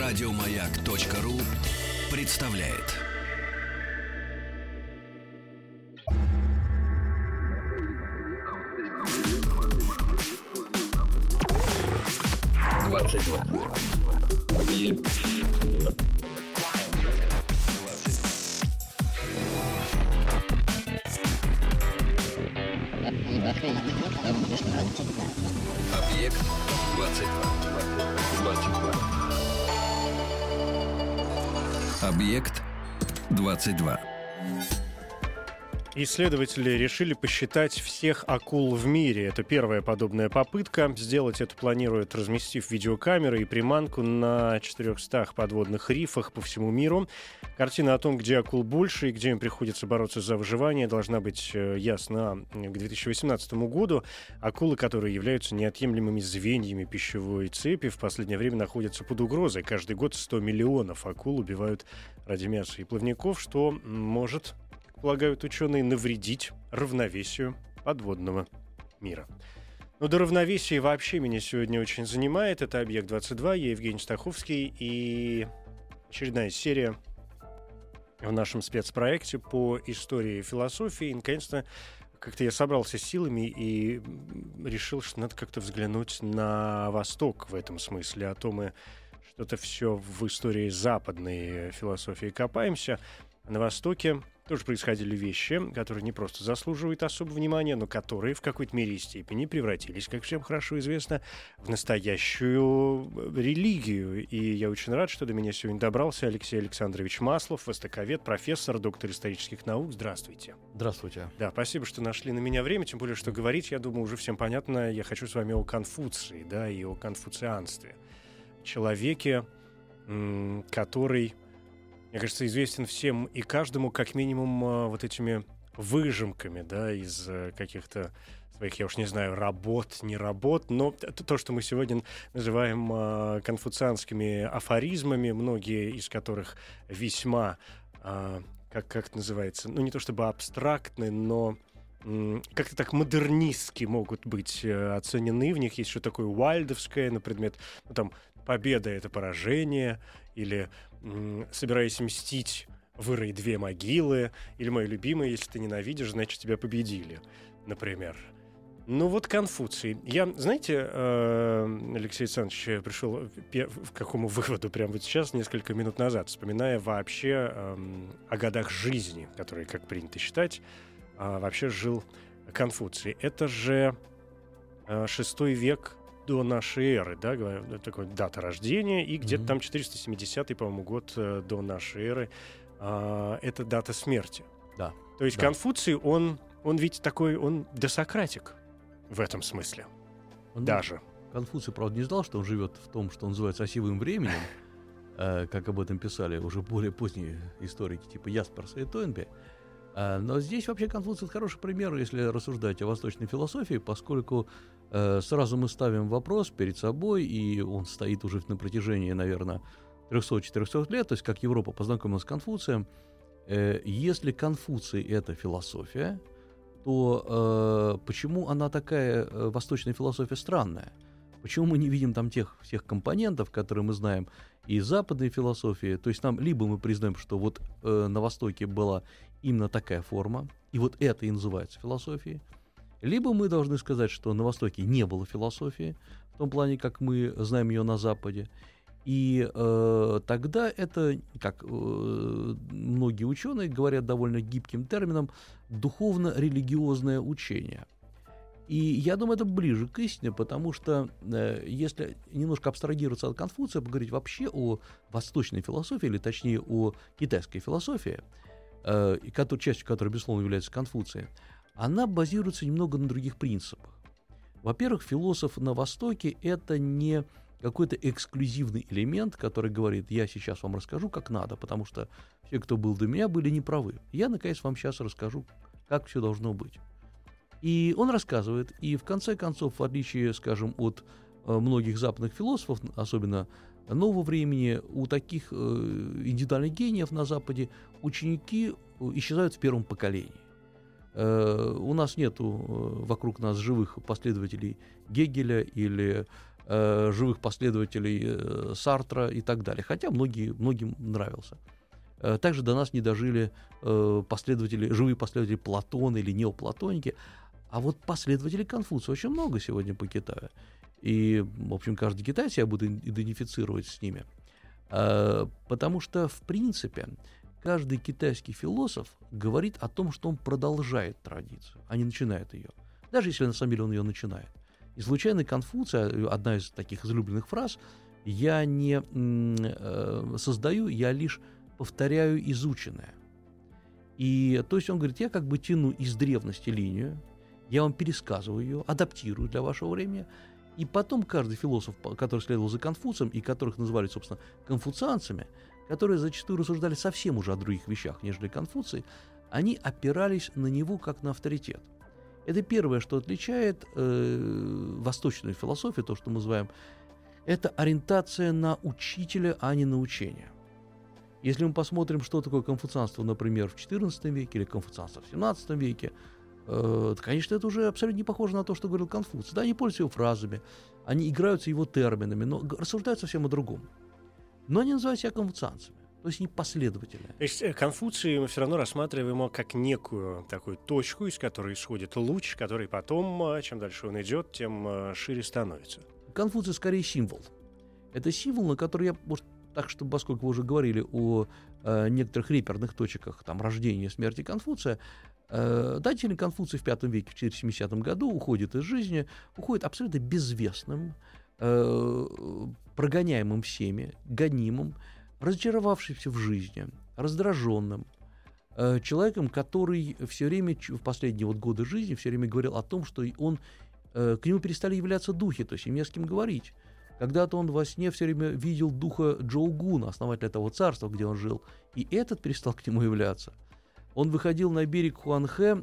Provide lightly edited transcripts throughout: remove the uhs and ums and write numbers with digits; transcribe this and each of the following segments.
Радиомаяк.ру представляет. Объект 22. Объект 22. Исследователи решили посчитать всех акул в мире. Это первая подобная попытка. Сделать это планируют, разместив видеокамеры и приманку на 400 подводных рифах по всему миру. Картина о том, где акул больше и где им приходится бороться за выживание, должна быть ясна к 2018 году. Акулы, которые являются неотъемлемыми звеньями пищевой цепи, в последнее время находятся под угрозой. Каждый год 100 миллионов акул убивают ради мяса и плавников, что может, полагают ученые, навредить равновесию подводного мира. Но до равновесия вообще меня сегодня очень занимает. Это «Объект-22», я Евгений Стаховский, и очередная серия в нашем спецпроекте по истории и философии. И, наконец-то, как-то я собрался с силами и решил, что надо как-то взглянуть на Восток в этом смысле. А то мы что-то все в истории западной философии копаемся. На Востоке тоже происходили вещи, которые не просто заслуживают особого внимания, но которые в какой-то мере и степени превратились, как всем хорошо известно, в настоящую религию. И я очень рад, что до меня сегодня добрался Алексей Александрович Маслов, востоковед, профессор, доктор исторических наук. Здравствуйте. Здравствуйте. Да, спасибо, что нашли на меня время, тем более, что говорить, я думаю, уже всем понятно. Я хочу с вами о Конфуции, да, и о конфуцианстве. Человеке, который, мне кажется, известен всем и каждому, как минимум, вот этими выжимками, да, из каких-то своих, я уж не знаю, работ, не работ, но то, что мы сегодня называем конфуцианскими афоризмами, многие из которых весьма, как это называется, ну, не то чтобы абстрактны, но как-то так модернистски могут быть оценены. В них есть что-то такое уайльдовское на предмет, ну, там, победа — это поражение, или собираясь мстить, вырой 2 могилы, или мое любимое, если ты ненавидишь, значит, тебя победили, например. Ну вот Конфуций. Я, знаете, Алексей Александрович, пришел к какому выводу прямо вот сейчас, несколько минут назад, вспоминая вообще о годах жизни, которые, как принято считать, вообще жил Конфуций. Это же 6 век до нашей эры, да, такая дата рождения, и где-то там 470-й, по-моему, год до нашей эры, это дата смерти. Да. То есть Конфуций, он ведь такой, он досократик в этом смысле. Даже. Конфуций, правда, не знал, что он живет в том, что называется осевым временем, как об этом писали уже более поздние историки, типа Ясперса и Тойнби. Но здесь вообще Конфуций — хороший пример, если рассуждать о восточной философии, поскольку сразу мы ставим вопрос перед собой, и он стоит уже на протяжении, наверное, 300-400 лет, то есть как Европа познакомилась с Конфуцием. Если Конфуций — это философия, то почему она такая, восточная философия, странная? Почему мы не видим там тех всех компонентов, которые мы знаем из западной философии? То есть нам либо мы признаем, что вот на Востоке была именно такая форма, и вот это и называется философией, либо мы должны сказать, что на Востоке не было философии, в том плане, как мы знаем ее на Западе, и тогда это, как многие ученые говорят довольно гибким термином, духовно-религиозное учение. И я думаю, это ближе к истине, потому что если немножко абстрагироваться от Конфуция, поговорить вообще о восточной философии, или точнее о китайской философии, частью которой, безусловно, является Конфуция, она базируется немного на других принципах. Во-первых, философ на Востоке — это не какой-то эксклюзивный элемент, который говорит: я сейчас вам расскажу, как надо, потому что все, кто был до меня, были неправы. Я, наконец, вам сейчас расскажу, как все должно быть. И он рассказывает, и в конце концов, в отличие, скажем, от многих западных философов, особенно нового времени, у таких индивидуальных гениев на Западе ученики исчезают в первом поколении. У нас нету вокруг нас живых последователей Гегеля или живых последователей Сартра и так далее. Хотя многим нравился. Также до нас не дожили живые последователи Платона или неоплатоники. А вот последователей Конфуция очень много сегодня по Китаю. И, в общем, каждый китаец я буду идентифицировать с ними. Потому что, в принципе, каждый китайский философ говорит о том, что он продолжает традицию, а не начинает ее. Даже если на самом деле он ее начинает. И случайно Конфуция, одна из таких излюбленных фраз, я не создаю, я лишь повторяю изученное. И то есть он говорит, я как бы тяну из древности линию, я вам пересказываю ее, адаптирую для вашего времени, и потом каждый философ, который следовал за Конфуцием, и которых называли, собственно, конфуцианцами, которые зачастую рассуждали совсем уже о других вещах, нежели Конфуций, они опирались на него как на авторитет. Это первое, что отличает восточную философию, то, что мы называем, это ориентация на учителя, а не на учение. Если мы посмотрим, что такое конфуцианство, например, в XIV веке или конфуцианство в XVII веке, то, конечно, это уже абсолютно не похоже на то, что говорил Конфуций. Да, они пользуются его фразами, они играются его терминами, но рассуждают совсем о другом. Но они называют себя конфуцианцами, то есть они последовательные. То есть Конфуций мы все равно рассматриваем его как некую такую точку, из которой исходит луч, который потом, чем дальше он идет, тем шире становится. Конфуций скорее символ. Это символ, на который я, может, так что, поскольку вы уже говорили о некоторых реперных точках там, рождения и смерти Конфуция, датель Конфуций в V веке, в 470 году, уходит из жизни, уходит абсолютно безвестным, прогоняемым всеми, гонимым, разочаровавшимся в жизни, раздраженным, человеком, который все время, в последние годы жизни, все время говорил о том, что к нему перестали являться духи, то есть им не с кем говорить. Когда-то он во сне все время видел духа Джоугуна, основателя того царства, где он жил, и этот перестал к нему являться. Он выходил на берег Хуанхэ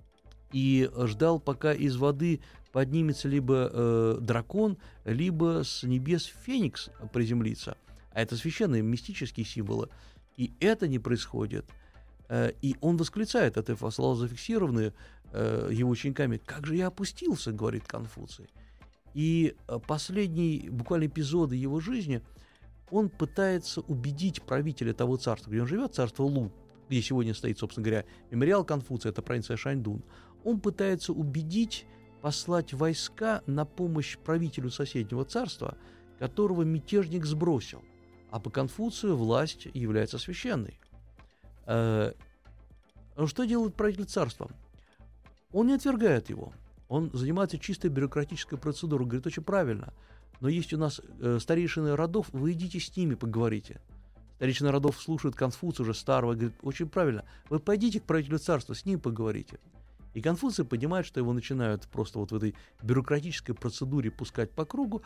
и ждал, пока из воды поднимется либо дракон, либо с небес феникс приземлится. А это священные мистические символы. И это не происходит. И он восклицает, это слова зафиксированы его учениками, «Как же я опустился», — говорит Конфуций. И последние буквально эпизоды его жизни он пытается убедить правителя того царства, где он живет, царство Лу, где сегодня стоит, собственно говоря, мемориал Конфуция, это провинция Шаньдун. Он пытается убедить послать войска на помощь правителю соседнего царства, которого мятежник сбросил. А по Конфуцию власть является священной. Что делает правитель царства? Он не отвергает его. Он занимается чистой бюрократической процедурой. Говорит, очень правильно. Но есть у нас старейшины родов, вы идите с ними, поговорите. Старейшины родов слушают Конфуция уже старого, говорит, очень правильно. Вы пойдите к правителю царства, с ним поговорите. И Конфуций понимает, что его начинают просто в этой бюрократической процедуре пускать по кругу.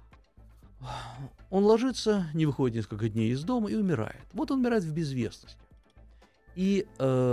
Он ложится, не выходит несколько дней из дома и умирает. Вот он умирает в безвестности. И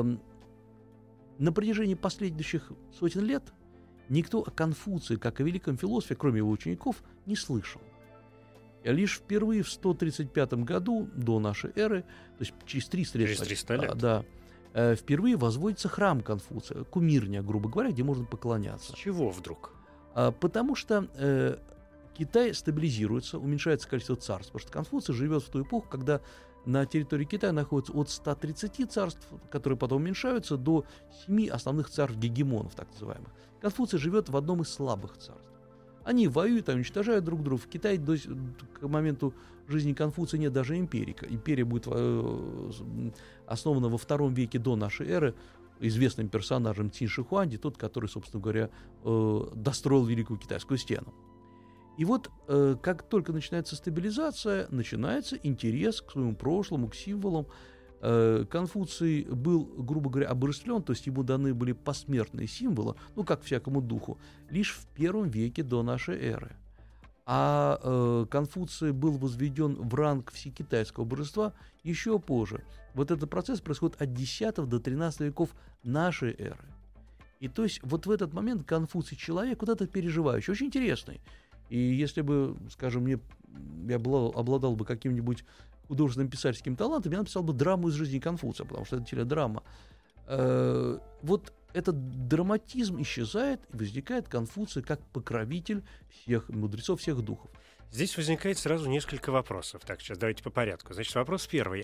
на протяжении последующих сотен лет никто о Конфуции, как о великом философе, кроме его учеников, не слышал. И лишь впервые в 135 году до нашей эры, то есть через 300 лет, через 300 лет. Да, впервые возводится храм Конфуция, кумирня, грубо говоря, где можно поклоняться. С чего вдруг? Потому что Китай стабилизируется, уменьшается количество царств, потому что Конфуций живет в ту эпоху, когда на территории Китая находится от 130 царств, которые потом уменьшаются, до 7 основных царств-гегемонов, так называемых. Конфуций живет в одном из слабых царств. Они воюют, они уничтожают друг друга. В Китае к моменту жизни Конфуция нет даже империи. Империя будет основана во II веке до нашей эры известным персонажем Цин Шихуанди, тот, который, собственно говоря, достроил Великую Китайскую стену. И вот, как только начинается стабилизация, начинается интерес к своему прошлому, к символам. Конфуций был, грубо говоря, обожествлен, то есть ему даны были посмертные символы, ну, как всякому духу, лишь в I веке до нашей эры. А Конфуций был возведен в ранг всекитайского божества еще позже. Вот этот процесс происходит от X до XIII веков нашей эры. И то есть вот в этот момент Конфуций человек, вот этот переживающий, очень интересный. И если бы, скажем, я обладал бы каким-нибудь художественным писательским талантом, я написал бы драму из жизни Конфуция, потому что это теледрама. Вот этот драматизм исчезает, и возникает Конфуций как покровитель всех мудрецов, всех духов. Здесь возникает сразу несколько вопросов. Так, сейчас давайте по порядку. Значит, вопрос первый.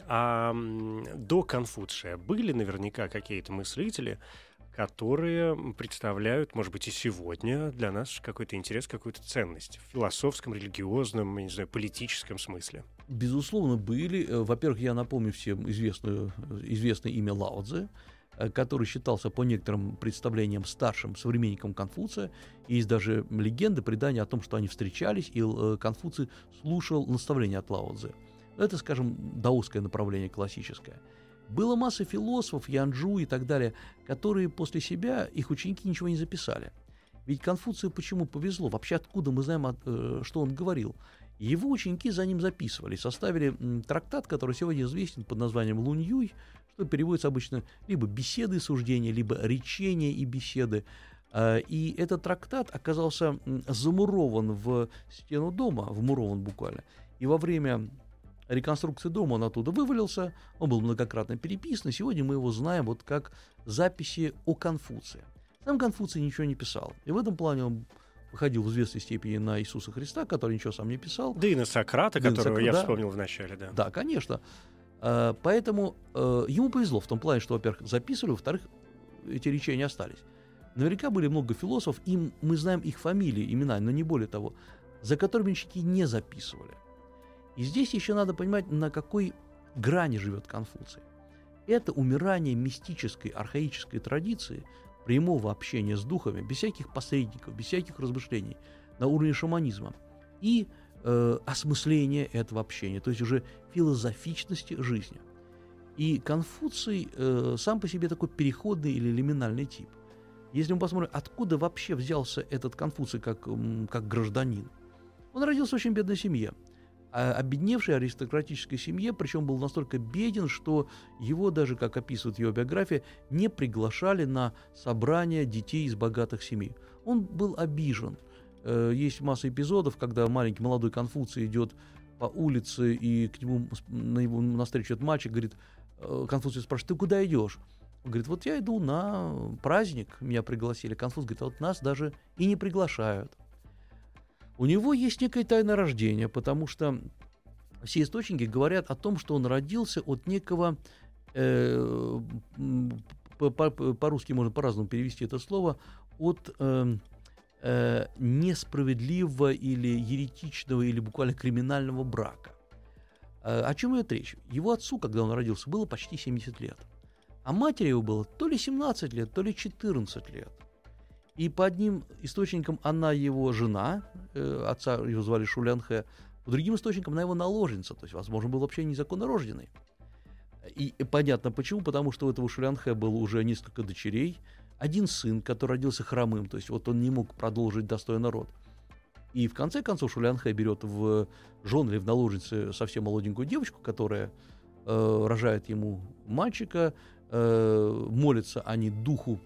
До Конфуция были наверняка какие-то мыслители, которые представляют, может быть, и сегодня для нас какой-то интерес, какую-то ценность в философском, религиозном, не знаю, политическом смысле? Безусловно, были. Во-первых, я напомню всем известное имя Лао Цзэ, который считался по некоторым представлениям старшим современником Конфуция. Есть даже легенды, предания о том, что они встречались, и Конфуций слушал наставления от Лао Цзэ. Это, скажем, даосское направление классическое. Было масса философов, Янджу и так далее, которые после себя, их ученики ничего не записали. Ведь Конфуцию почему повезло? Вообще, откуда мы знаем, что он говорил? Его ученики за ним записывали, составили трактат, который сегодня известен под названием Лунь Юй, что переводится обычно либо «беседы и суждения», либо «речения и беседы». И этот трактат оказался замурован в стену дома, вмурован буквально, и во время реконструкции дома он оттуда вывалился, он был многократно переписан, и сегодня мы его знаем вот как записи о Конфуции. Сам Конфуций ничего не писал, и в этом плане он выходил в известной степени на Иисуса Христа, который ничего сам не писал. Да и на Сократа, которого я вспомнил в начале, да. Да, конечно. Поэтому ему повезло в том плане, что, во-первых, записывали, во-вторых, эти речения остались. Наверняка были много философов, мы знаем их фамилии, имена, но не более того, за которыми ученики не записывали. И здесь еще надо понимать, на какой грани живет Конфуций. Это умирание мистической, архаической традиции, прямого общения с духами, без всяких посредников, без всяких размышлений, на уровне шаманизма, и осмысление этого общения, то есть уже философичности жизни. И Конфуций сам по себе такой переходный или лиминальный тип. Если мы посмотрим, откуда вообще взялся этот Конфуций как гражданин, он родился в очень бедной семье, обедневшей аристократической семье, причем был настолько беден, что его даже, как описывает его биография, не приглашали на собрания детей из богатых семей. Он был обижен. Есть масса эпизодов, когда маленький молодой Конфуций идет по улице, и к нему навстречу этот мальчик говорит, Конфуций спрашивает: ты куда идешь? Он говорит: вот я иду на праздник, меня пригласили. Конфуций говорит: а вот нас даже и не приглашают. У него есть некое тайное рождение, потому что все источники говорят о том, что он родился от некого, по-русски можно по-разному перевести это слово, от несправедливого или еретичного или буквально криминального брака. О чем идет речь? Его отцу, когда он родился, было почти 70 лет, а матери его было то ли 17 лет, то ли 14 лет. И по одним источникам она его жена, отца его звали Шулянхэ, по другим источникам она его наложница, то есть, возможно, был вообще незаконно рожденный. И понятно почему, потому что у этого Шулянхэ было уже несколько дочерей, один сын, который родился хромым, то есть вот он не мог продолжить достойно род. И в конце концов Шулянхэ берет в жены или в наложницы совсем молоденькую девочку, которая рожает ему мальчика, молятся они духу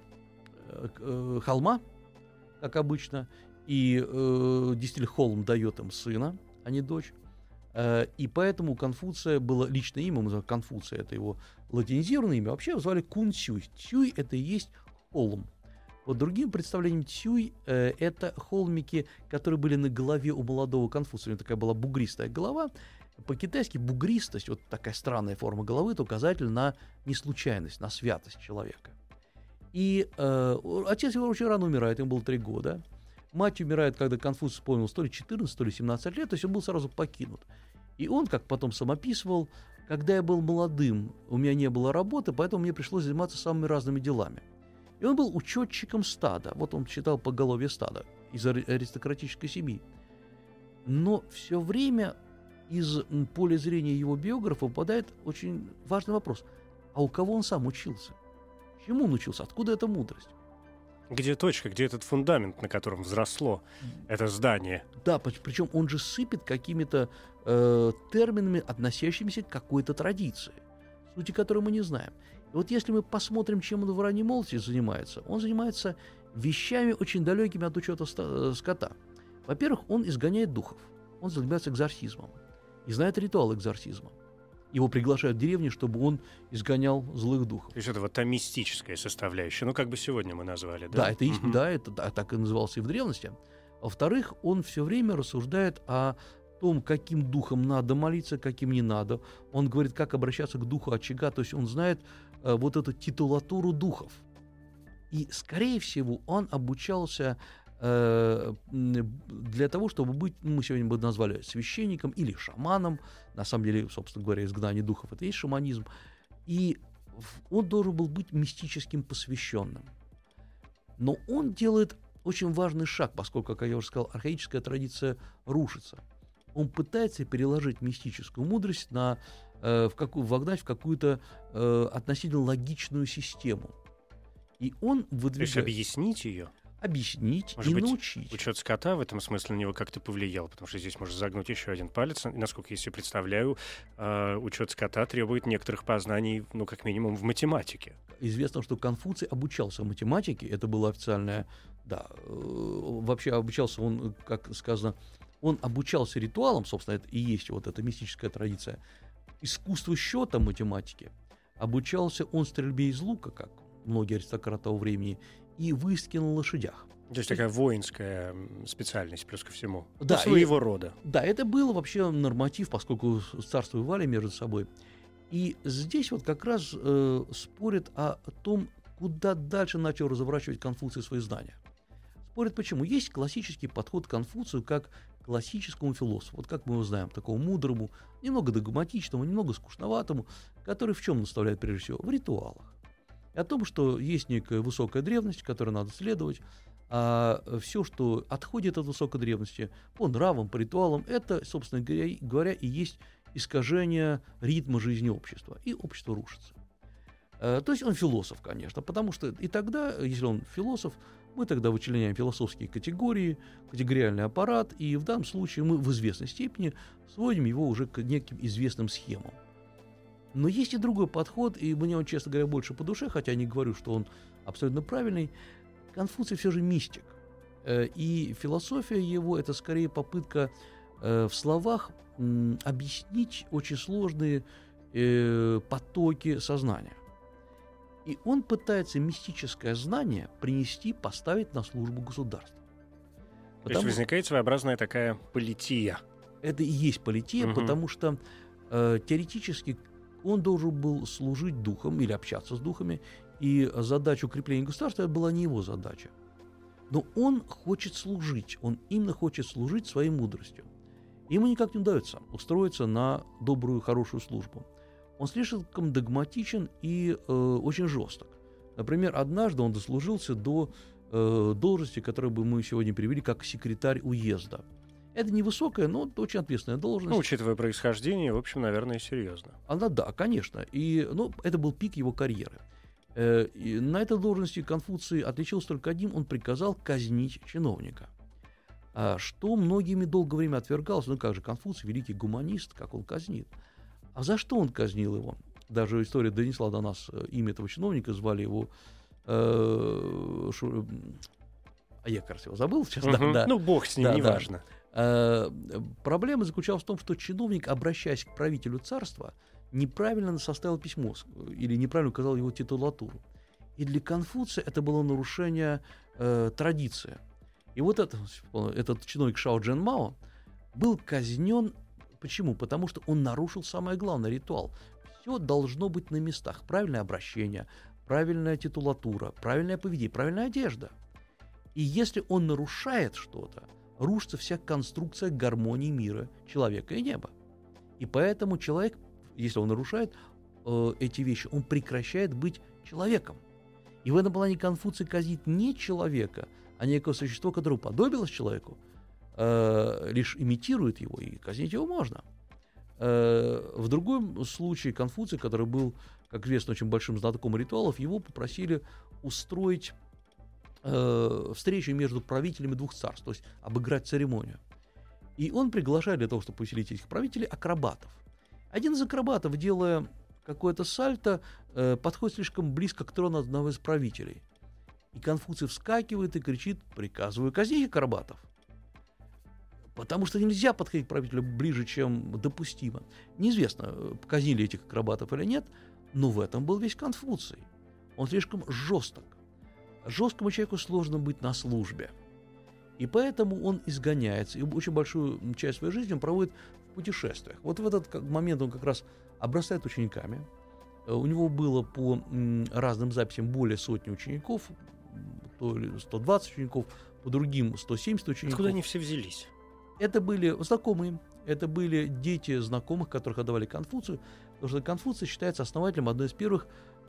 холма, как обычно, и действительно холм дает им сына, а не дочь. И поэтому у Конфуция было личное имя, мы называем Конфуция, это его латинизированное имя, вообще его звали Кун Цюй. Цюй — это и есть холм. По другим представлениям, Цюй — это холмики, которые были на голове у молодого Конфуция. У него такая была бугристая голова. По-китайски бугристость, вот такая странная форма головы, это указатель на неслучайность, на святость человека. И отец его очень рано умирает, ему было 3 года. Мать умирает, когда Конфуций исполнилось то ли 14, то ли 17 лет, то есть он был сразу покинут. И он, как потом сам описывал, когда я был молодым, у меня не было работы, поэтому мне пришлось заниматься самыми разными делами. И он был учетчиком стада, вот он считал поголовье стада из аристократической семьи. Но все время из поля зрения его биографа попадает очень важный вопрос: а у кого он сам учился? Чему он учился? Откуда эта мудрость? Где точка, где этот фундамент, на котором взросло это здание? Да, причем он же сыпет какими-то терминами, относящимися к какой-то традиции, сути которой мы не знаем. И вот если мы посмотрим, чем он в ранней молодости занимается, он занимается вещами очень далекими от учета скота. Во-первых, он изгоняет духов, он занимается экзорсизмом и знает ритуал экзорсизма. Его приглашают в деревню, чтобы он изгонял злых духов. То есть это вот та мистическая составляющая, ну, как бы сегодня мы назвали, да? Да, это так и назывался и в древности. Во-вторых, он все время рассуждает о том, каким духом надо молиться, каким не надо. Он говорит, как обращаться к духу очага, то есть он знает вот эту титулатуру духов. И, скорее всего, он обучался для того, чтобы быть, мы сегодня бы назвали священником или шаманом. На самом деле, собственно говоря, изгнание духов — это и есть шаманизм. И он должен был быть мистическим посвященным. Но он делает очень важный шаг, поскольку, как я уже сказал, архаическая традиция рушится. Он пытается переложить мистическую мудрость вогнать в какую-то относительно логичную систему. И он выдвигает... То есть объяснить ее? Объяснить Может и быть, научить. Учет скота в этом смысле на него как-то повлиял, потому что здесь можно загнуть еще один палец. И, насколько я себе представляю, учет скота требует некоторых познаний, ну, как минимум, в математике. Известно, что Конфуций обучался математике, это было официальное... Да, вообще обучался он, как сказано, он обучался ритуалам, собственно, это и есть вот эта мистическая традиция, искусству счета математики. Обучался он стрельбе из лука, как многие аристократы того времени, и выездке на лошадях. То есть такая воинская специальность, плюс ко всему. Да, ну, своего рода. Да, это был вообще норматив, поскольку царства воевали между собой. И здесь вот как раз спорят о том, куда дальше начал разворачивать Конфуций свои знания. Спорят почему? Есть классический подход к Конфуцию как к классическому философу. Вот как мы его знаем, такому мудрому, немного догматичному, немного скучноватому, который в чем наставляет прежде всего? В ритуалах. О том, что есть некая высокая древность, которой надо следовать, а все, что отходит от высокой древности, по нравам, по ритуалам, это, собственно говоря, и есть искажение ритма жизни общества, и общество рушится. То есть он философ, конечно, потому что и тогда, если он философ, мы тогда вычленяем философские категории, категориальный аппарат, и в данном случае мы в известной степени сводим его уже к неким известным схемам. Но есть и другой подход, и мне он, честно говоря, больше по душе, хотя не говорю, что он абсолютно правильный. Конфуций все же мистик. И философия его — это скорее попытка в словах объяснить очень сложные потоки сознания. И он пытается мистическое знание принести, поставить на службу государству. То есть возникает своеобразная такая полития. Это и есть полития, потому что теоретически он должен был служить духом или общаться с духами, и задача укрепления государства была не его задача. Но он хочет служить, он именно хочет служить своей мудростью. Ему никак не удается устроиться на добрую, хорошую службу. Он слишком догматичен и очень жесток. Например, однажды он дослужился до должности, которую бы мы сегодня привели как секретарь уезда. Это невысокая, но очень ответственная должность. Ну, учитывая происхождение, в общем, наверное, серьезно. Она, да, конечно. Это был пик его карьеры. И на этой должности Конфуций отличился только одним: он приказал казнить чиновника. Что многими долгое время отвергалось. Ну как же, Конфуций, великий гуманист, как он казнит? А за что он казнил его? Даже история донесла до нас имя этого чиновника, звали его... я, кажется, его забыл сейчас. Да. Ну, бог с ним, неважно. Проблема заключалась в том, что чиновник, обращаясь к правителю царства, неправильно составил письмо или неправильно указал его титулатуру. И для Конфуция это было нарушение традиции. И вот этот чиновник Шао Джен Мао был казнен. Почему? Потому что он нарушил самое главное — ритуал. Все должно быть на местах. Правильное обращение, правильная титулатура, правильное поведение, правильная одежда. И если он нарушает что-то, рушится вся конструкция гармонии мира человека и неба. И поэтому человек, если он нарушает эти вещи, он прекращает быть человеком. И в этом плане Конфуций казнит не человека, а некое существо, которое уподобилось человеку, лишь имитирует его, и казнить его можно. В другом случае Конфуций, который был, как известно, очень большим знатоком ритуалов, его попросили устроить встречу между правителями двух царств, то есть обыграть церемонию. И он приглашает для того, чтобы усилить этих правителей, акробатов. Один из акробатов, делая какое-то сальто, подходит слишком близко к трону одного из правителей. И Конфуций вскакивает и кричит: «Приказываю казнить акробатов». Потому что нельзя подходить к правителю ближе, чем допустимо. Неизвестно, казнили этих акробатов или нет, но в этом был весь Конфуций. Он слишком жесток. Жесткому человеку сложно быть на службе. И поэтому он изгоняется. И очень большую часть своей жизни он проводит в путешествиях. Вот в этот момент он как раз обрастает учениками. У него было по разным записям более сотни учеников, то 120 учеников, по другим 170 учеников. Откуда они все взялись? Это были знакомые, это были дети знакомых, которых отдавали Конфуцию, потому что Конфуций считается основателем одной из первых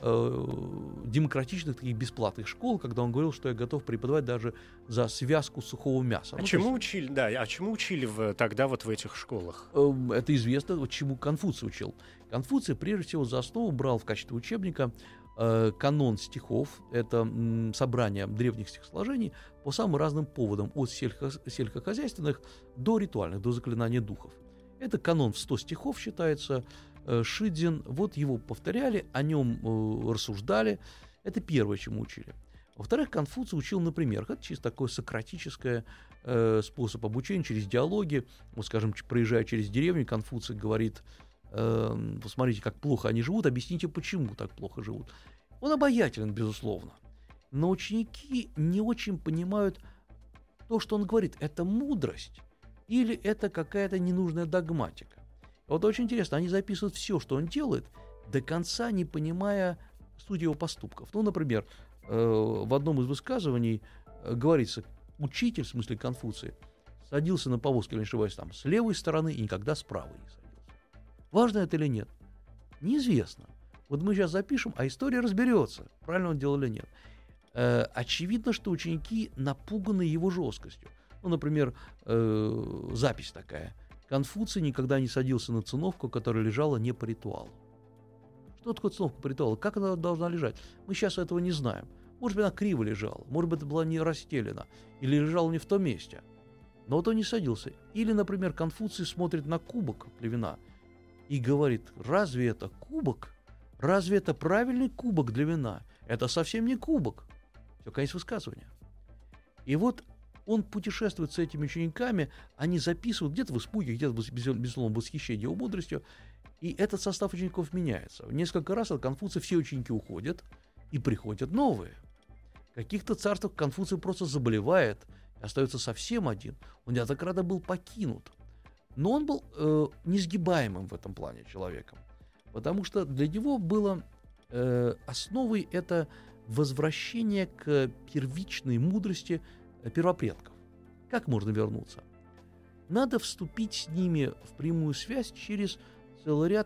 демократичных таких бесплатных школ, когда он говорил, что я готов преподавать даже за связку сухого мяса. Чему учили тогда вот в этих школах? Это известно, чему Конфуций учил. Конфуций прежде всего за основу брал в качестве учебника канон стихов, это собрание древних стихосложений по самым разным поводам, от сельскохозяйственных до ритуальных, до заклинания духов. Это канон в 100 стихов считается. Шидзин, вот его повторяли, о нем рассуждали. Это первое, чему учили. Во-вторых, Конфуций учил на примерах. Это чисто такой сократический способ обучения через диалоги. Вот, скажем, проезжая через деревню, Конфуций говорит: посмотрите, как плохо они живут, объясните, почему так плохо живут. Он обаятелен, безусловно. Но ученики не очень понимают то, что он говорит. Это мудрость или это какая-то ненужная догматика? Вот очень интересно, они записывают все, что он делает, до конца не понимая суть его поступков. Ну, например, в одном из высказываний говорится: учитель, в смысле Конфуций, садился на повозку, или не ошибаюсь, там, с левой стороны и никогда с правой не садился. Важно это или нет? Неизвестно. Вот мы сейчас запишем, а история разберется, правильно он делал или нет. Очевидно, что ученики напуганы его жесткостью. Ну, например, запись такая. Конфуций никогда не садился на циновку, которая лежала не по ритуалу. Что такое циновка по ритуалу? Как она должна лежать? Мы сейчас этого не знаем. Может быть, она криво лежала, может быть, это была не расстелена, или лежала не в том месте. Но вот он не садился. Или, например, Конфуций смотрит на кубок для вина и говорит: разве это кубок? Разве это правильный кубок для вина? Это совсем не кубок. Все, конец высказывания. И вот он путешествует с этими учениками, они записывают где-то в испуге, где-то, безусловно, в восхищении его мудростью, и этот состав учеников меняется. Несколько раз от Конфуция все ученики уходят, и приходят новые. В каких-то царствах Конфуций просто заболевает, и остается совсем один. Он неоднократно был покинут. Но он был несгибаемым в этом плане человеком, потому что для него было основой это возвращение к первичной мудрости первопредков. Как можно вернуться? Надо вступить с ними в прямую связь через целый ряд,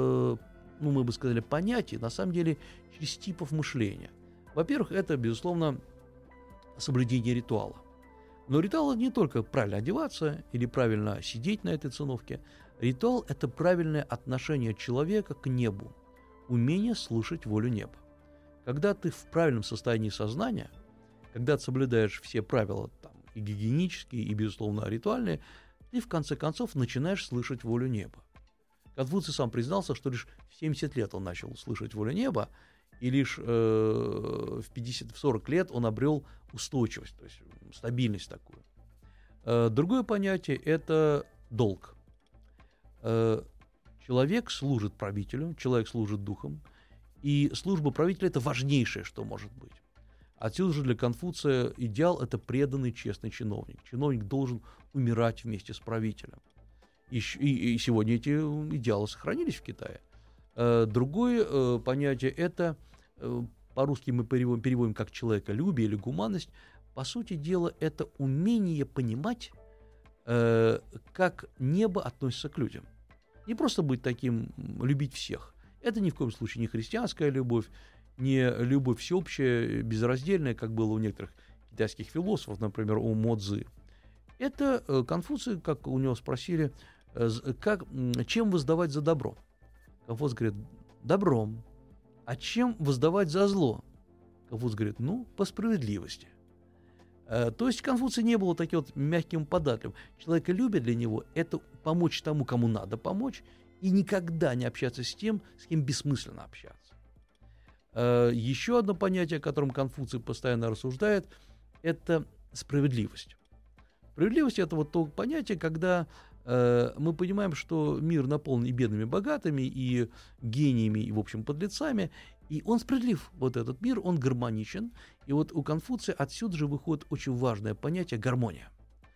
мы бы сказали, понятий, на самом деле через типов мышления. Во-первых, это, безусловно, соблюдение ритуала. Но ритуал — это не только правильно одеваться или правильно сидеть на этой циновке. Ритуал — это правильное отношение человека к небу, умение слышать волю неба. Когда ты в правильном состоянии сознания, когда ты соблюдаешь все правила, там, и гигиенические, и, безусловно, ритуальные, ты, в конце концов, начинаешь слышать волю неба. Конфуций сам признался, что лишь в 70 лет он начал слышать волю неба, и лишь в 40 лет он обрел устойчивость, то есть стабильность такую. Другое понятие – это долг. Человек служит правителю, человек служит духом, и служба правителя – это важнейшее, что может быть. Отсюда же для Конфуция идеал – это преданный, честный чиновник. Чиновник должен умирать вместе с правителем. И сегодня эти идеалы сохранились в Китае. Другое понятие – это, по-русски мы переводим как человеколюбие или гуманность. По сути дела, это умение понимать, как небо относится к людям. Не просто быть таким, любить всех. Это ни в коем случае не христианская любовь, не любовь всеобщая, безраздельная, как было у некоторых китайских философов, например, у Мо Цзы. Это Конфуций, как у него спросили, чем воздавать за добро? Конфуций говорит: добром. А чем воздавать за зло? Конфуций говорит: по справедливости. То есть Конфуций не был таким вот мягким податливым. Человеколюбие для него – это помочь тому, кому надо помочь, и никогда не общаться с тем, с кем бессмысленно общаться. Еще одно понятие, о котором Конфуций постоянно рассуждает, это справедливость. Справедливость — это вот то понятие, когда мы понимаем, что мир наполнен и бедными, и богатыми, и гениями, и, в общем, подлецами, и он справедлив, вот этот мир, он гармоничен. И вот у Конфуция отсюда же выходит очень важное понятие — гармония.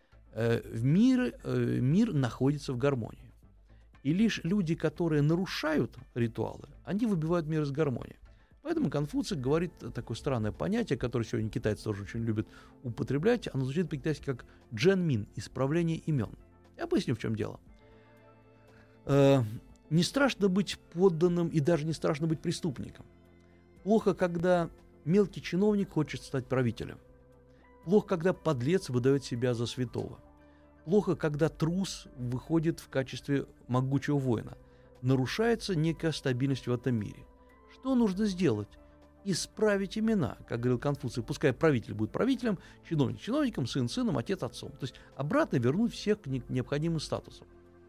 Мир находится в гармонии. И лишь люди, которые нарушают ритуалы, они выбивают мир из гармонии. Поэтому Конфуций говорит такое странное понятие, которое сегодня китайцы тоже очень любят употреблять. Оно звучит по-китайски как «джэнмин» — исправление имен. Я поясню, в чем дело. Не страшно быть подданным и даже не страшно быть преступником. Плохо, когда мелкий чиновник хочет стать правителем. Плохо, когда подлец выдает себя за святого. Плохо, когда трус выходит в качестве могучего воина. Нарушается некая стабильность в этом мире. Что нужно сделать? Исправить имена, как говорил Конфуций. Пускай правитель будет правителем, чиновник чиновником, сын сыном, отец отцом. То есть обратно вернуть всех к необходимым статусам.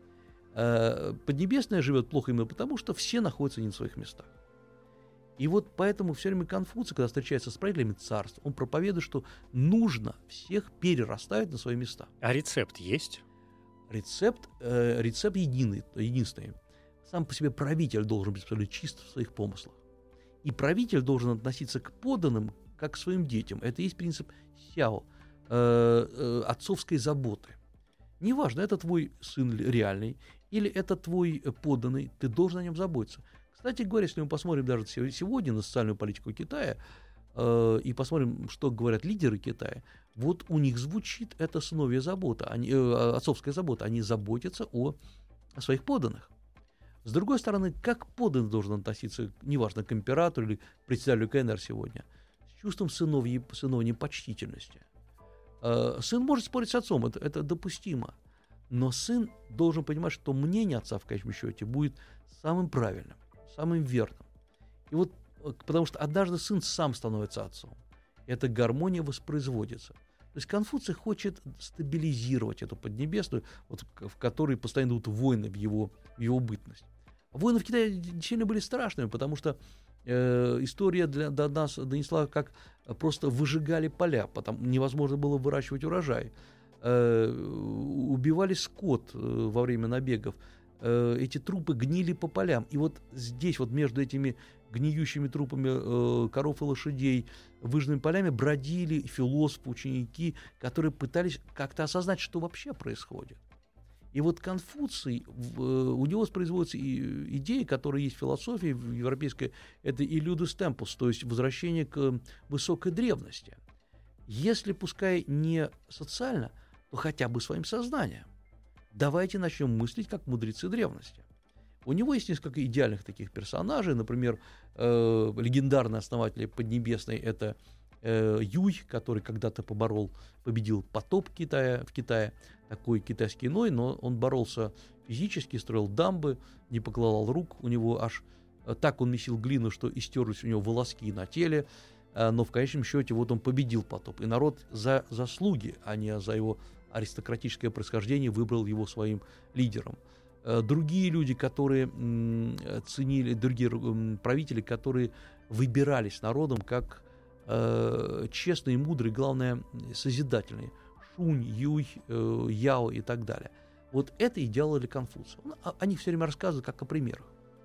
Поднебесная живет плохо именно потому, что все находятся не на своих местах. И вот поэтому все время Конфуций, когда встречается с правителями царств, он проповедует, что нужно всех перерастать на свои места. А рецепт есть? Рецепт единственный. Сам по себе правитель должен быть абсолютно чист в своих помыслах. И правитель должен относиться к подданным как к своим детям. Это и есть принцип сяо, отцовской заботы. Неважно, это твой сын реальный или это твой подданный, ты должен о нем заботиться. Кстати говоря, если мы посмотрим даже сегодня на социальную политику Китая и посмотрим, что говорят лидеры Китая, вот у них звучит эта сыновья забота, отцовская забота. Они заботятся о своих подданных. С другой стороны, как подданный должен относиться, неважно, к императору или председателю КНР сегодня, с чувством сыновней почтительности. Сын может спорить с отцом, это допустимо. Но сын должен понимать, что мнение отца в конечном счете будет самым правильным, самым верным. И вот, потому что однажды сын сам становится отцом. Эта гармония воспроизводится. То есть Конфуций хочет стабилизировать эту Поднебесную, вот, в которой постоянно идут войны в его бытность. Войны в Китае действительно были страшными, потому что история до нас донесла, как просто выжигали поля, потому невозможно было выращивать урожай. Убивали скот во время набегов. Эти трупы гнили по полям. И вот здесь, вот между этими гниющими трупами коров и лошадей, выжженными полями, бродили философы, ученики, которые пытались как-то осознать, что вообще происходит. И вот Конфуций, у него воспроизводится идея, которая есть в философии европейской, это illudus tempus, то есть возвращение к высокой древности. Если, пускай не социально, то хотя бы своим сознанием. Давайте начнем мыслить как мудрецы древности. У него есть несколько идеальных таких персонажей, например, легендарный основатель Поднебесной — это Юй, который когда-то победил потоп в Китае, такой китайский Ной, но он боролся физически, строил дамбы, не покладал рук, у него аж так он месил глину, что истерлись у него волоски на теле, но в конечном счете вот он победил потоп, и народ за заслуги, а не за его аристократическое происхождение выбрал его своим лидером. Другие люди, которые ценили, другие правители, которые выбирались народом как честные, мудрые, главное, созидательные. Шунь, Юй, Яо и так далее. Вот это и делали Конфуция. О них все время рассказывают как о примерах.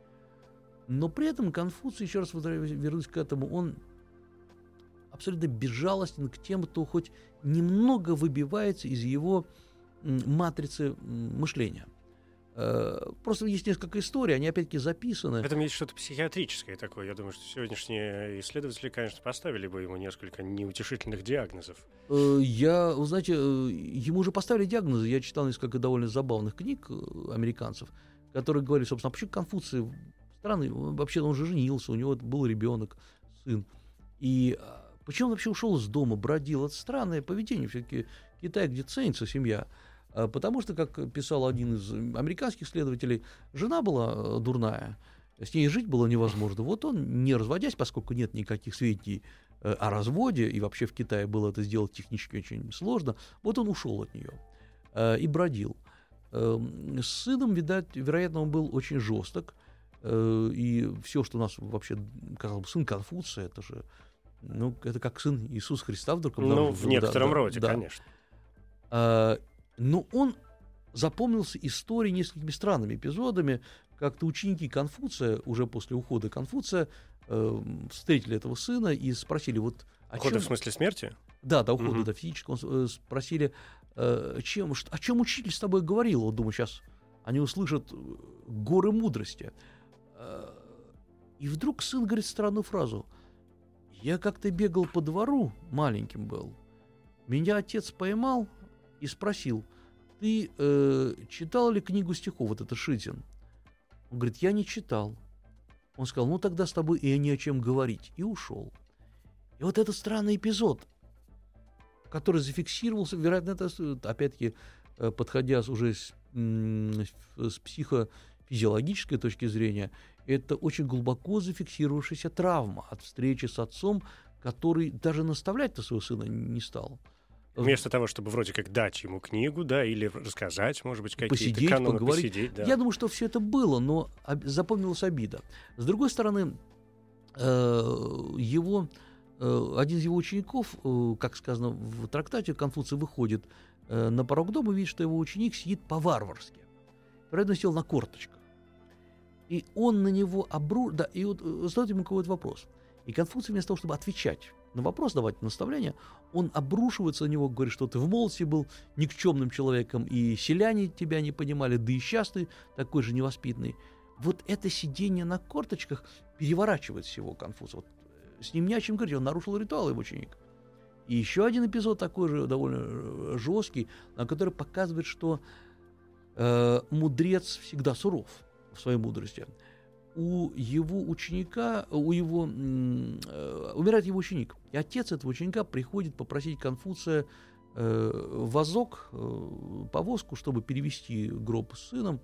Но при этом Конфуций, еще раз вернусь к этому, он абсолютно безжалостен к тем, кто хоть немного выбивается из его матрицы мышления. Просто есть несколько историй, они опять-таки записаны. В этом есть что-то психиатрическое такое. Я думаю, что сегодняшние исследователи, конечно, поставили бы ему несколько неутешительных диагнозов. Вы знаете, ему уже поставили диагнозы. Я читал несколько довольно забавных книг американцев, которые говорили, собственно, почему Конфуций странный, вообще он же женился, у него был ребенок, сын. И почему он вообще ушел из дома, бродил? Это странное поведение. Все-таки Китай, где ценится семья. Потому что, как писал один из американских исследователей, жена была дурная, с ней жить было невозможно. Вот он, не разводясь, поскольку нет никаких сведений о разводе, и вообще в Китае было это сделать технически очень сложно, вот он ушел от нее и бродил. С сыном, вероятно, он был очень жесток, и все, что у нас вообще, казалось бы, сын Конфуция, это же, это как сын Иисуса Христа вдруг. В некотором роде, конечно. Но он запомнился историей несколькими странными эпизодами. Как-то ученики Конфуция, уже после ухода Конфуция, встретили этого сына и спросили, вот о Ухода чем... в смысле смерти? Да, до ухода, до физического. Спросили, о чем учитель с тобой говорил? Вот думаю, сейчас они услышат горы мудрости. И вдруг сын говорит странную фразу. Я как-то бегал по двору, маленьким был. Меня отец поймал и спросил, ты читал ли книгу стихов, вот это Шитин? Он говорит, я не читал. Он сказал, ну тогда с тобой и не о чем говорить. И ушел. И вот этот странный эпизод, который зафиксировался, вероятно, это, опять-таки, подходя уже с психофизиологической точки зрения, это очень глубоко зафиксировавшаяся травма от встречи с отцом, который даже наставлять-то своего сына не стал. Вместо того, чтобы вроде как дать ему книгу, да, или рассказать, может быть, какие-то посидеть, каноны, поговорить. посидеть, да. Я думаю, что все это было, но запомнилась обида. С другой стороны, один из его учеников, как сказано в трактате, Конфуций выходит на порог дома и видит, что его ученик сидит по-варварски. Вероятно, сел на корточках. И он на него и вот задает ему какой-то вопрос. И Конфуций вместо того, чтобы отвечать на вопрос, давать наставления, он обрушивается на него, говорит, что ты в молодости был никчемным человеком, и селяне тебя не понимали, да и сейчас ты такой же невоспитанный. Вот это сидение на корточках переворачивает всего Конфуция. Вот с ним не о чем говорить, он нарушил ритуал, его ученик. И еще один эпизод такой же довольно жесткий, который показывает, что мудрец всегда суров в своей мудрости. Умирает его ученик. И отец этого ученика приходит попросить Конфуция вазок, повозку, чтобы перевести гроб с сыном.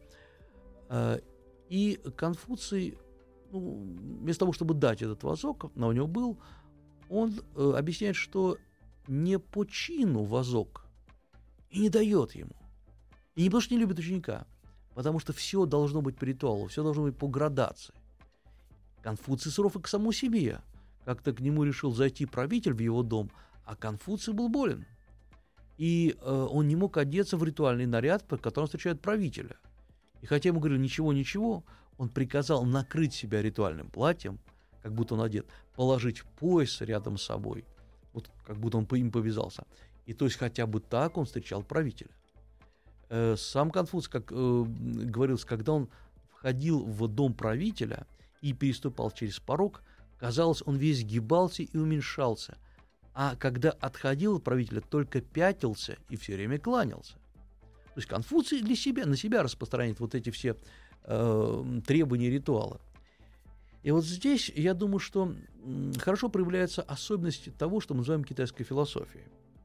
И Конфуций, вместо того, чтобы дать этот вазок, но у него был, он объясняет, что не по чину вазок и не дает ему. И не потому, что не любит ученика, потому что все должно быть по ритуалу, все должно быть по градации. Конфуций суров и к самому себе. Как-то к нему решил зайти правитель в его дом, а Конфуций был болен. И он не мог одеться в ритуальный наряд, под которым встречают правителя. И хотя ему говорили ничего, он приказал накрыть себя ритуальным платьем, как будто он одет, положить пояс рядом с собой, вот как будто он им повязался. И то есть хотя бы так он встречал правителя. Сам Конфуций, как говорилось, когда он входил в дом правителя и переступал через порог, казалось, он весь гибался и уменьшался. А когда отходил от правителя, только пятился и все время кланялся. То есть Конфуций на себя распространяет вот эти все требования ритуала. И вот здесь, я думаю, что хорошо проявляется особенность того, что мы называем китайской философией.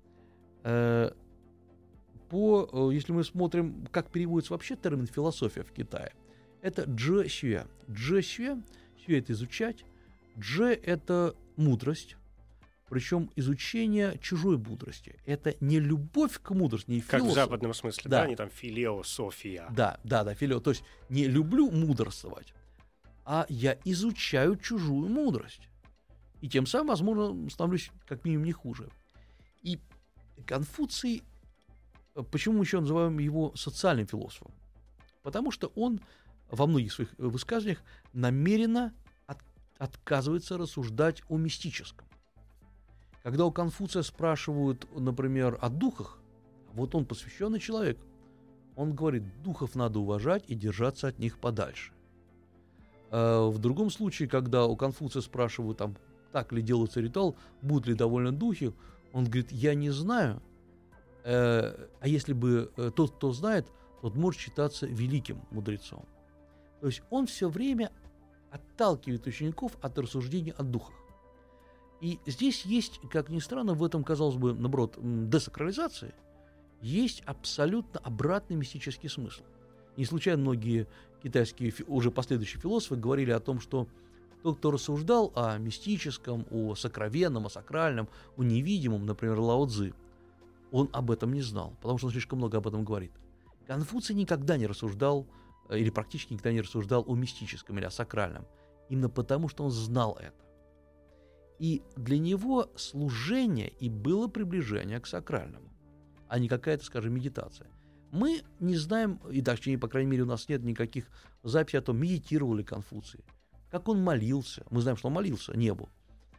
Если мы смотрим, как переводится вообще термин «философия» в Китае, это «джэ сюэ». «Джэ сюэ» — это изучать, «джэ» — это мудрость, причем изучение чужой мудрости. Это не любовь к мудрости, не как философ. в западном смысле, да, они там филеософия. Да, филео. То есть не люблю мудрствовать, а я изучаю чужую мудрость. И тем самым, возможно, становлюсь как минимум не хуже. И Конфуций, почему мы еще называем его социальным философом? Потому что он во многих своих высказываниях намеренно отказывается рассуждать о мистическом. Когда у Конфуция спрашивают, например, о духах, вот он посвященный человек, он говорит, духов надо уважать и держаться от них подальше. В другом случае, когда у Конфуция спрашивают, так ли делается ритуал, будут ли довольны духи, он говорит, я не знаю, а если бы тот, кто знает, тот может считаться великим мудрецом. То есть он все время отталкивает учеников от рассуждений о духах. И здесь есть, как ни странно, в этом, казалось бы, наоборот, десакрализации, есть абсолютно обратный мистический смысл. Не случайно многие китайские, уже последующие философы говорили о том, что тот, кто рассуждал о мистическом, о сокровенном, о сакральном, о невидимом, например, Лао Цзы, он об этом не знал, потому что он слишком много об этом говорит. Конфуций никогда не рассуждал, или практически никогда не рассуждал о мистическом или о сакральном, именно потому, что он знал это. И для него служение и было приближение к сакральному. а не какая-то, скажем, медитация. Мы не знаем, и точнее, по крайней мере, у нас нет никаких записей о том, медитировал ли Конфуций, как он молился. Мы знаем, что он молился небу.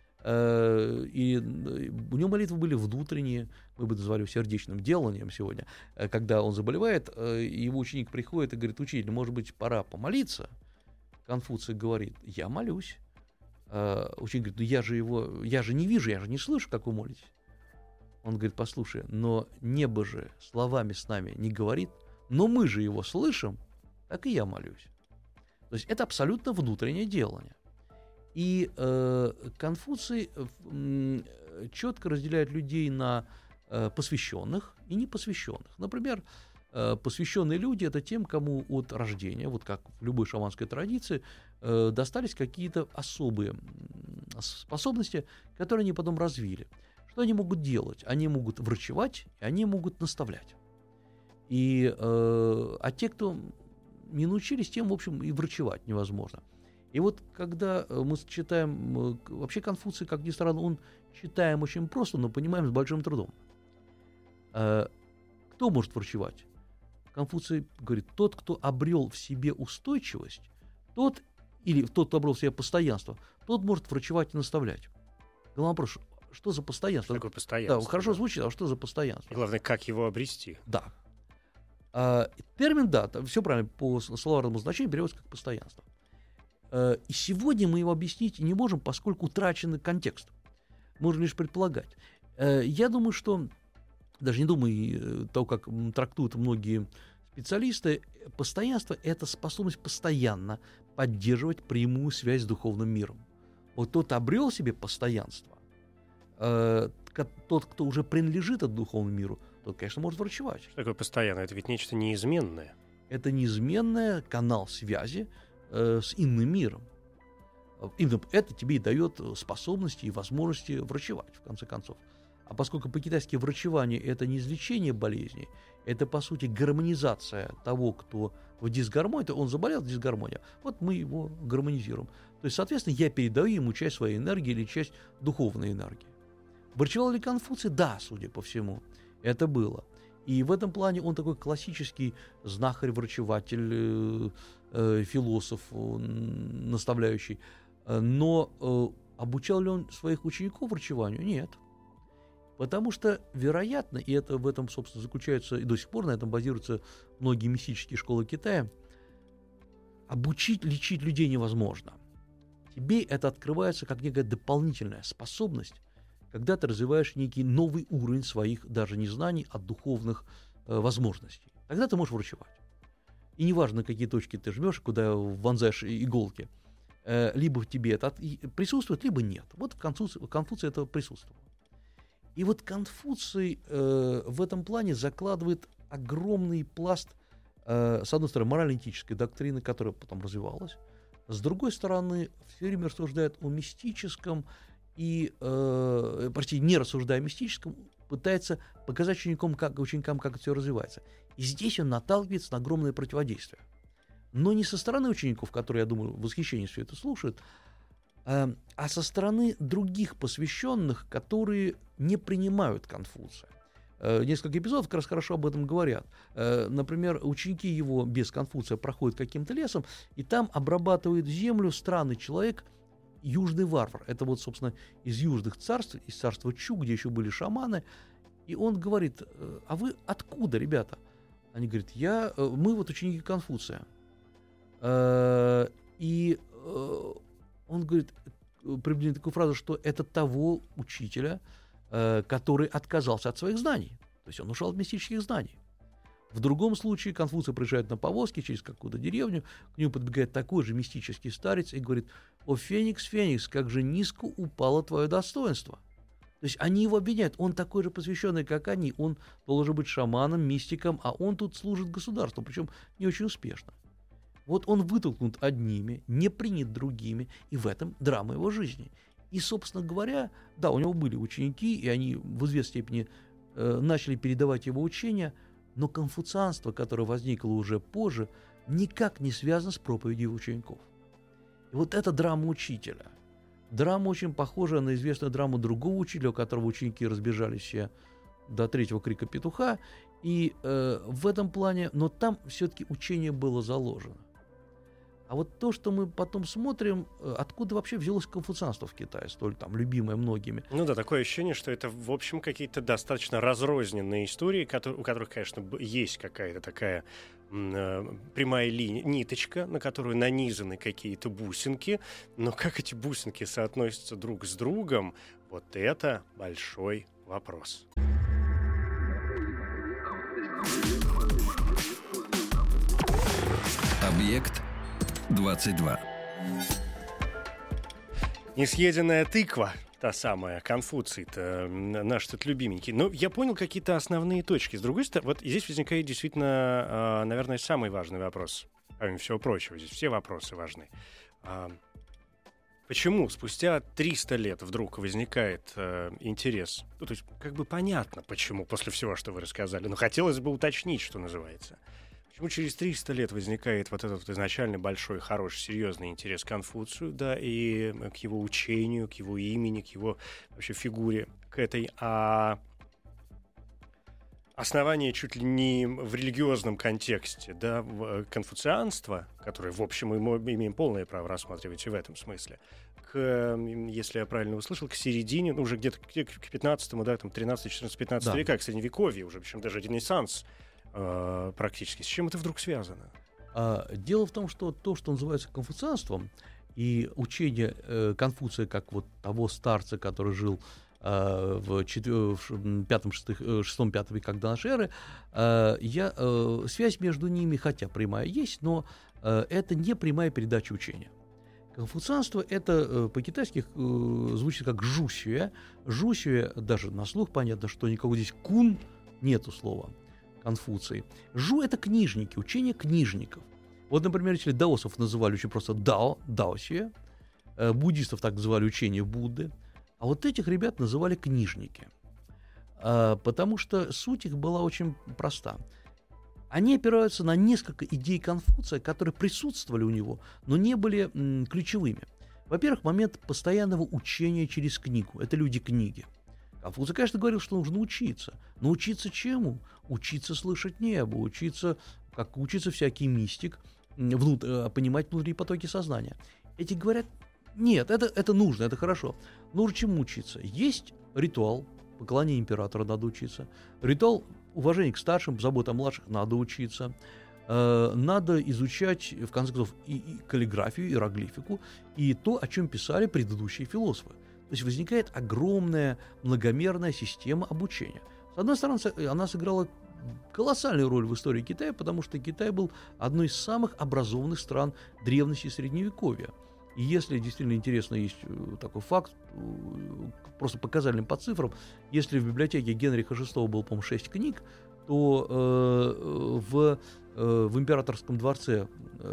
И у него молитвы были внутренние, мы бы назвали его сердечным деланием сегодня. Когда он заболевает, его ученик приходит и говорит: учитель, может быть, пора помолиться? Конфуций говорит: я молюсь. Ученик говорит: ну я же не вижу, я же не слышу, как вы молитесь. Он говорит: послушай, но небо же словами с нами не говорит, но мы же его слышим, так и я молюсь. То есть это абсолютно внутреннее делание. И Конфуций четко разделяет людей на посвященных и непосвященных. Например, посвященные люди — это тем, кому от рождения, вот как в любой шаманской традиции, достались какие-то особые способности, которые они потом развили. Что они могут делать? Они могут врачевать, и они могут наставлять. А те, кто не научились, тем, в общем, и врачевать невозможно. И вот когда мы читаем, вообще Конфуций, как ни странно, он читаем очень просто, но понимаем с большим трудом. Кто может врачевать? Конфуций говорит: тот, кто обрел в себе устойчивость, тот, кто обрел в себе постоянство, тот может врачевать и наставлять. Главный вопрос: что за постоянство? Что такое постоянство? Да, хорошо звучит, а что за постоянство? И главное, как его обрести? Да. Термин, да, все правильно, по словарному значению переводится как постоянство. И сегодня мы его объяснить не можем, поскольку утрачен контекст. Можно лишь предполагать. Я думаю, что, даже не думаю, того, как трактуют многие специалисты, постоянство — это способность постоянно поддерживать прямую связь с духовным миром. Вот тот обрел себе постоянство, тот, кто уже принадлежит от духовному миру, тот, конечно, может врачевать. Что такое постоянно? Это ведь нечто неизменное. Это неизменный канал связи с иным миром. Именно это тебе и дает способности и возможности врачевать, в конце концов. А поскольку по-китайски врачевание — это не излечение болезней, это, по сути, гармонизация того, кто в дисгармонии, то он заболел, дисгармония, вот мы его гармонизируем. То есть, соответственно, я передаю ему часть своей энергии или часть духовной энергии. Врачевал ли Конфуций? Да, судя по всему, это было. И в этом плане он такой классический знахарь, врачеватель, философ, наставляющий. Но обучал ли он своих учеников врачеванию? Нет. Потому что, вероятно, и это в этом, собственно, заключается, и до сих пор на этом базируются многие мистические школы Китая, обучить, лечить людей невозможно. Тебе это открывается как некая дополнительная способность, когда ты развиваешь некий новый уровень своих даже не знаний, а духовных возможностей. Тогда ты можешь врачевать. И неважно, на какие точки ты жмешь, куда вонзаешь иголки, либо в тебе это присутствует, либо нет. Вот в Конфуции это присутствовало. И вот Конфуций в этом плане закладывает огромный пласт, с одной стороны, морально-этической доктрины, которая потом развивалась, с другой стороны, все время рассуждает о мистическом и, не рассуждая о мистическом, пытается показать ученикам, как это все развивается. И здесь он наталкивается на огромное противодействие. Но не со стороны учеников, которые, я думаю, в восхищении все это слушают, а со стороны других посвященных, которые не принимают Конфуция. Несколько эпизодов как раз хорошо об этом говорят. Например, ученики его без Конфуция проходят каким-то лесом, и там обрабатывает землю странный человек, южный варвар. Это вот, собственно, из южных царств, из царства Чу, где еще были шаманы. И он говорит: а вы откуда, ребята? Они говорят: мы вот ученики Конфуция. И он говорит приблизительно такую фразу, что это того учителя, который отказался от своих знаний. То есть он ушел от мистических знаний. В другом случае Конфуций приезжает на повозке через какую-то деревню, к нему подбегает такой же мистический старец и говорит: «О, Феникс, Феникс, как же низко упало твое достоинство». То есть они его обвиняют, он такой же посвященный, как они, он должен быть шаманом, мистиком, а он тут служит государству, причем не очень успешно. Вот он вытолкнут одними, не принят другими, и в этом драма его жизни. И, собственно говоря, да, у него были ученики, и они в известной степени начали передавать его учения, но конфуцианство, которое возникло уже позже, никак не связано с проповедью учеников. И вот эта драма учителя. Драма очень похожа на известную драму другого учителя, у которого ученики разбежались все до третьего крика петуха. И в этом плане, но там все-таки учение было заложено. А вот то, что мы потом смотрим, откуда вообще взялось конфуцианство в Китае, столь там любимое многими. Ну да, такое ощущение, что это, в общем, какие-то достаточно разрозненные истории, у которых, конечно, есть какая-то такая прямая ниточка, на которую нанизаны какие-то бусинки, но как эти бусинки соотносятся друг с другом, вот это большой вопрос. Объект 22. Несъеденная тыква, та самая, Конфуций-то, наш тут любименький. Но я понял какие-то основные точки. С другой стороны, вот здесь возникает действительно, наверное, самый важный вопрос. Помимо всего прочего, здесь все вопросы важны. Почему спустя 300 лет вдруг возникает интерес? Ну, то есть, как бы понятно, почему, после всего, что вы рассказали. Но хотелось бы уточнить, что называется. Почему через 300 лет возникает вот этот вот изначально большой, хороший, серьезный интерес к Конфуцию, да, и к его учению, к его имени, к его вообще фигуре, к этой, основание чуть ли не в религиозном контексте, да, конфуцианство, которое, в общем, мы имеем полное право рассматривать и в этом смысле, если я правильно услышал, к середине, ну, уже где-то к 15-му, да, там, 13, 14, 15 Да. века, к Средневековью уже, причем даже Ренессанс практически. С чем это вдруг связано? Дело в том, что то, что называется конфуцианством, и учение Конфуция как вот того старца, который жил в 6-5 веках до нашей эры, связь между ними, хотя прямая есть, но это не прямая передача учения. Конфуцианство — это по-китайски звучит как жусюэ. Жусюэ, даже на слух понятно, что никакого здесь кун нету слова. Конфуций. Жу — это книжники, учение книжников. Вот, например, если даосов называли очень просто дао, даосюэ, буддистов так называли учение Будды, а вот этих ребят называли книжники. Потому что суть их была очень проста. Они опираются на несколько идей Конфуция, которые присутствовали у него, но не были ключевыми. Во-первых, момент постоянного учения через книгу. Это люди книги. Конфуций, конечно, говорил, что нужно учиться. Но учиться чему? Учиться слышать небо, учиться, как учится всякий мистик, понимать внутренние потоки сознания. Эти говорят, нет, это нужно, это хорошо. Нужно чему учиться? Есть ритуал, поклонение императора надо учиться. Ритуал уважения к старшим, забота о младших надо учиться. Надо изучать, в конце концов, и каллиграфию, иероглифику, и то, о чем писали предыдущие философы. То есть возникает огромная многомерная система обучения. С одной стороны, она сыграла колоссальную роль в истории Китая, потому что Китай был одной из самых образованных стран древности и Средневековья. И если действительно интересно, есть такой факт, просто показательным по цифрам, если в библиотеке Генриха VI было, по-моему, 6 книг, то в императорском дворце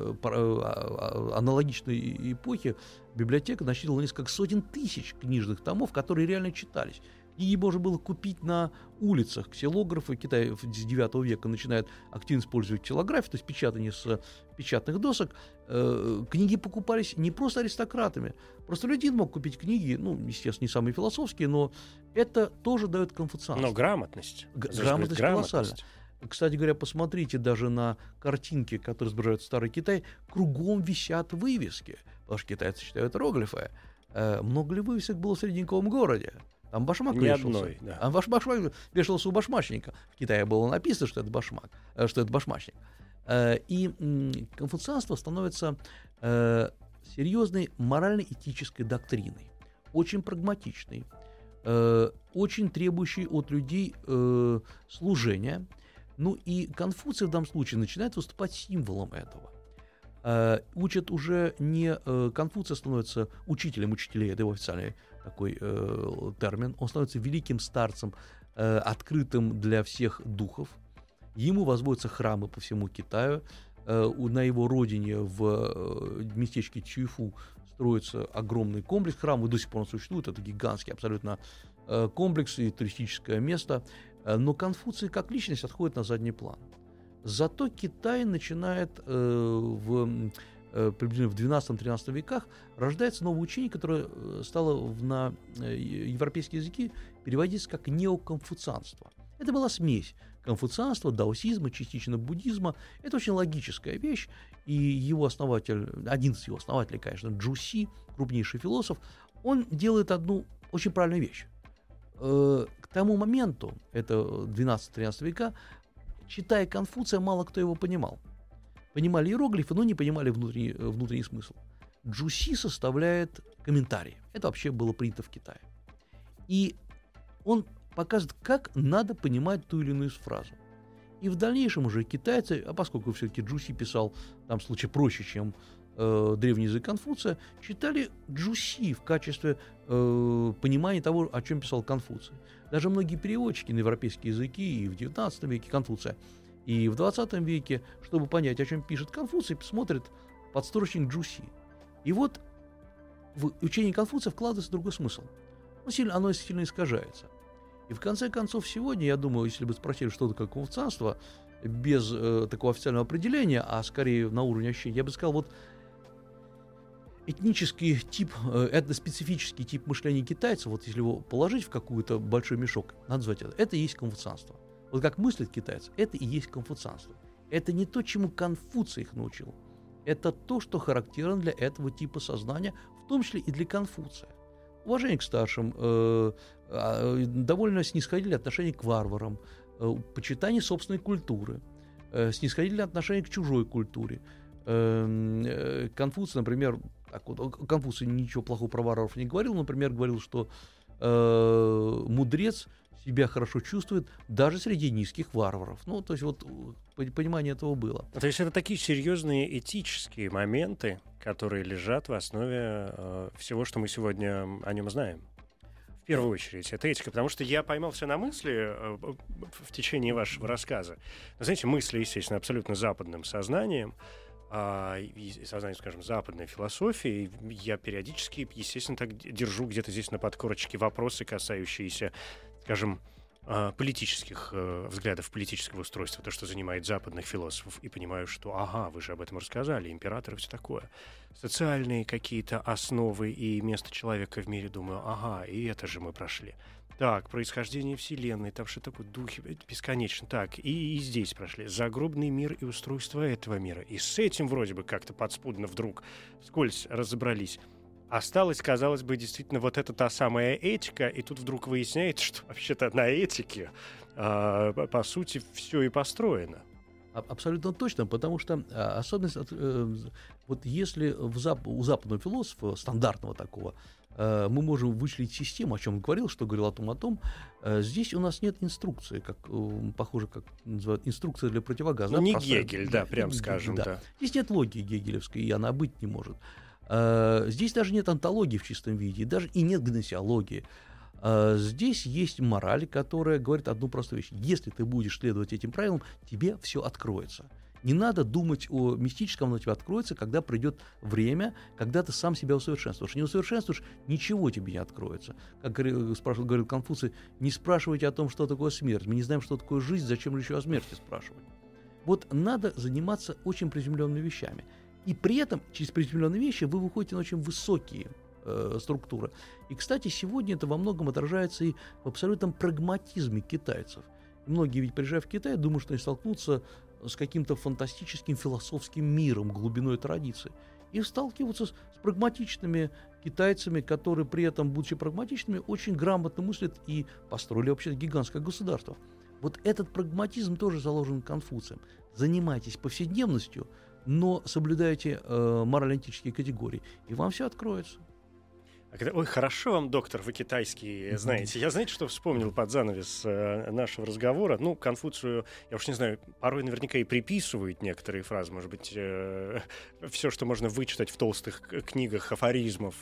аналогичной эпохи библиотека насчитывала несколько сотен тысяч книжных томов, которые реально читались. Книги можно было купить на улицах. Ксилографы Китая с 9 века начинают активно использовать ксилографию, то есть печатание с печатных досок. Книги покупались не просто аристократами. Просто один мог купить книги, ну, естественно, не самые философские, но это тоже дает конфуцианство. Но грамотность. Грамотность колоссальна. Кстати говоря, посмотрите даже на картинки, которые изображают Старый Китай, кругом висят вывески, потому что китайцы читают иероглифы. Много ли вывесок было в средневековом городе? Там башмак вешался. Одной, да. А башмак вешался у башмачника. В Китае было написано, что это башмак, что это башмачник. И конфуцианство становится серьезной морально-этической доктриной, очень прагматичной, очень требующей от людей служения. Ну и Конфуций в данном случае начинает выступать символом этого. Учат уже не Конфуция становится учителем учителей, это его официальный такой термин. Он становится великим старцем, открытым для всех духов. Ему возводятся храмы по всему Китаю. На его родине, в местечке Чуйфу, строится огромный комплекс. Храмы до сих пор существуют. Это гигантский абсолютно комплекс и туристическое место. Но Конфуций как личность отходит на задний план. Зато Китай начинает приблизительно в 12-13 веках рождается новое учение, которое стало на европейские языки переводиться как неоконфуцианство. Это была смесь конфуцианства, даосизма, частично буддизма. Это очень логическая вещь, и его основатель, один из его основателей, конечно, Цзюси, крупнейший философ, он делает одну очень правильную вещь. К тому моменту, это 12-13 века, читая Конфуция, мало кто его понимал. Понимали иероглифы, но не понимали внутренний смысл. Цзюси составляет комментарии. Это вообще было принято в Китае. И он показывает, как надо понимать ту или иную фразу. И в дальнейшем уже китайцы, а поскольку все-таки Цзюси писал там в случае проще, чем древний язык Конфуция, читали Цзюси в качестве понимания того, о чем писал Конфуций. Даже многие переводчики на европейские языки и в XIX веке Конфуция, и в XX веке, чтобы понять, о чем пишет Конфуций, смотрят подстрочник Цзюси. И вот в учении Конфуция вкладывается другой смысл. Оно сильно искажается. И в конце концов сегодня, я думаю, если бы спросили, что такое конфуцианство, без такого официального определения, а скорее на уровне ощущения, я бы сказал, вот этнический тип, этноспецифический тип мышления китайцев, вот если его положить в какой-то большой мешок, надо назвать это и есть конфуцианство. Вот как мыслят китайцы, это и есть конфуцианство. Это не то, чему Конфуций их научил. Это то, что характерно для этого типа сознания, в том числе и для Конфуция. Уважение к старшим, довольно снисходительное отношение к варварам, почитание собственной культуры, снисходительное отношение к чужой культуре. Конфуций, например, Конфуций ничего плохого про варваров не говорил, например, говорил, что мудрец себя хорошо чувствует даже среди низких варваров. Ну, то есть вот понимание этого было. То есть это такие серьезные этические моменты, которые лежат в основе всего, что мы сегодня о нем знаем. В первую очередь, это этика, потому что я поймался на мысли в течение вашего рассказа. Знаете, мысли, естественно, абсолютно западным сознанием, и сознание, скажем, западной философии. Я периодически, естественно, так держу где-то здесь на подкорочке вопросы, касающиеся, скажем, политических взглядов, политического устройства, то, что занимает западных философов, и понимаю, что, ага, вы же об этом рассказали, императоры, все такое. Социальные какие-то основы и место человека в мире, думаю, ага, и это же мы прошли. Так, происхождение Вселенной, там что такое, духи, бесконечно. Так, и здесь прошли. Загробный мир и устройство этого мира. И с этим вроде бы как-то подспудно вдруг вскользь разобрались. Осталась, казалось бы, действительно вот эта та самая этика, и тут вдруг выясняется, что вообще-то на этике, по сути, все и построено. Абсолютно точно, потому что особенность, вот если у западного философа, стандартного такого, мы можем вычислить систему, о чем он говорил, что говорил о том, здесь у нас нет инструкции, похоже, как называют, инструкция для противогаза. Ну, не Гегель, да, прям скажем, да. Здесь нет логики гегелевской, и она быть не может. Здесь даже нет онтологии в чистом виде, даже и нет гносеологии. Здесь есть мораль, которая говорит одну простую вещь. Если ты будешь следовать этим правилам, тебе все откроется. Не надо думать о мистическом, оно тебе откроется, когда придет время, когда ты сам себя усовершенствуешь. Не усовершенствуешь, ничего тебе не откроется. Как говорил Конфуций, не спрашивайте о том, что такое смерть. Мы не знаем, что такое жизнь, зачем еще о смерти спрашивать. Вот надо заниматься очень приземленными вещами. И при этом через приземленные вещи вы выходите на очень высокие структуры. И, кстати, сегодня это во многом отражается и в абсолютном прагматизме китайцев. И многие ведь, приезжая в Китай, думают, что они столкнутся с каким-то фантастическим философским миром, глубиной традиции. И сталкиваются с прагматичными китайцами, которые при этом, будучи прагматичными, очень грамотно мыслят и построили вообще гигантское государство. Вот этот прагматизм тоже заложен Конфуцием. Занимайтесь повседневностью, но соблюдайте морально-этические категории, и вам все откроется. Ой, хорошо вам, доктор, вы китайский знаете. Я, знаете, что вспомнил под занавес нашего разговора? Ну, Конфуцию, я уж не знаю, порой наверняка и приписывают некоторые фразы. Может быть, все, что можно вычитать в толстых книгах афоризмов,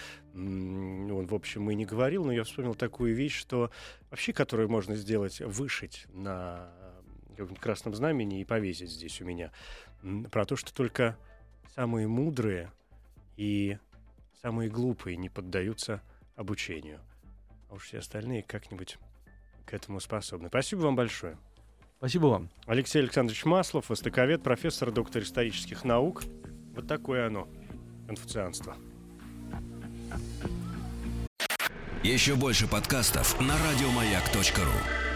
он, в общем, и не говорил, но я вспомнил такую вещь, что вообще, которую можно сделать, вышить на красном знамени и повесить здесь у меня, про то, что только самые мудрые и самые глупые не поддаются обучению. А уж все остальные как-нибудь к этому способны. Спасибо вам большое. Спасибо вам. Алексей Александрович Маслов, востоковед, профессор, доктор исторических наук. Вот такое оно, конфуцианство. Еще больше подкастов на радиомаяк.ру.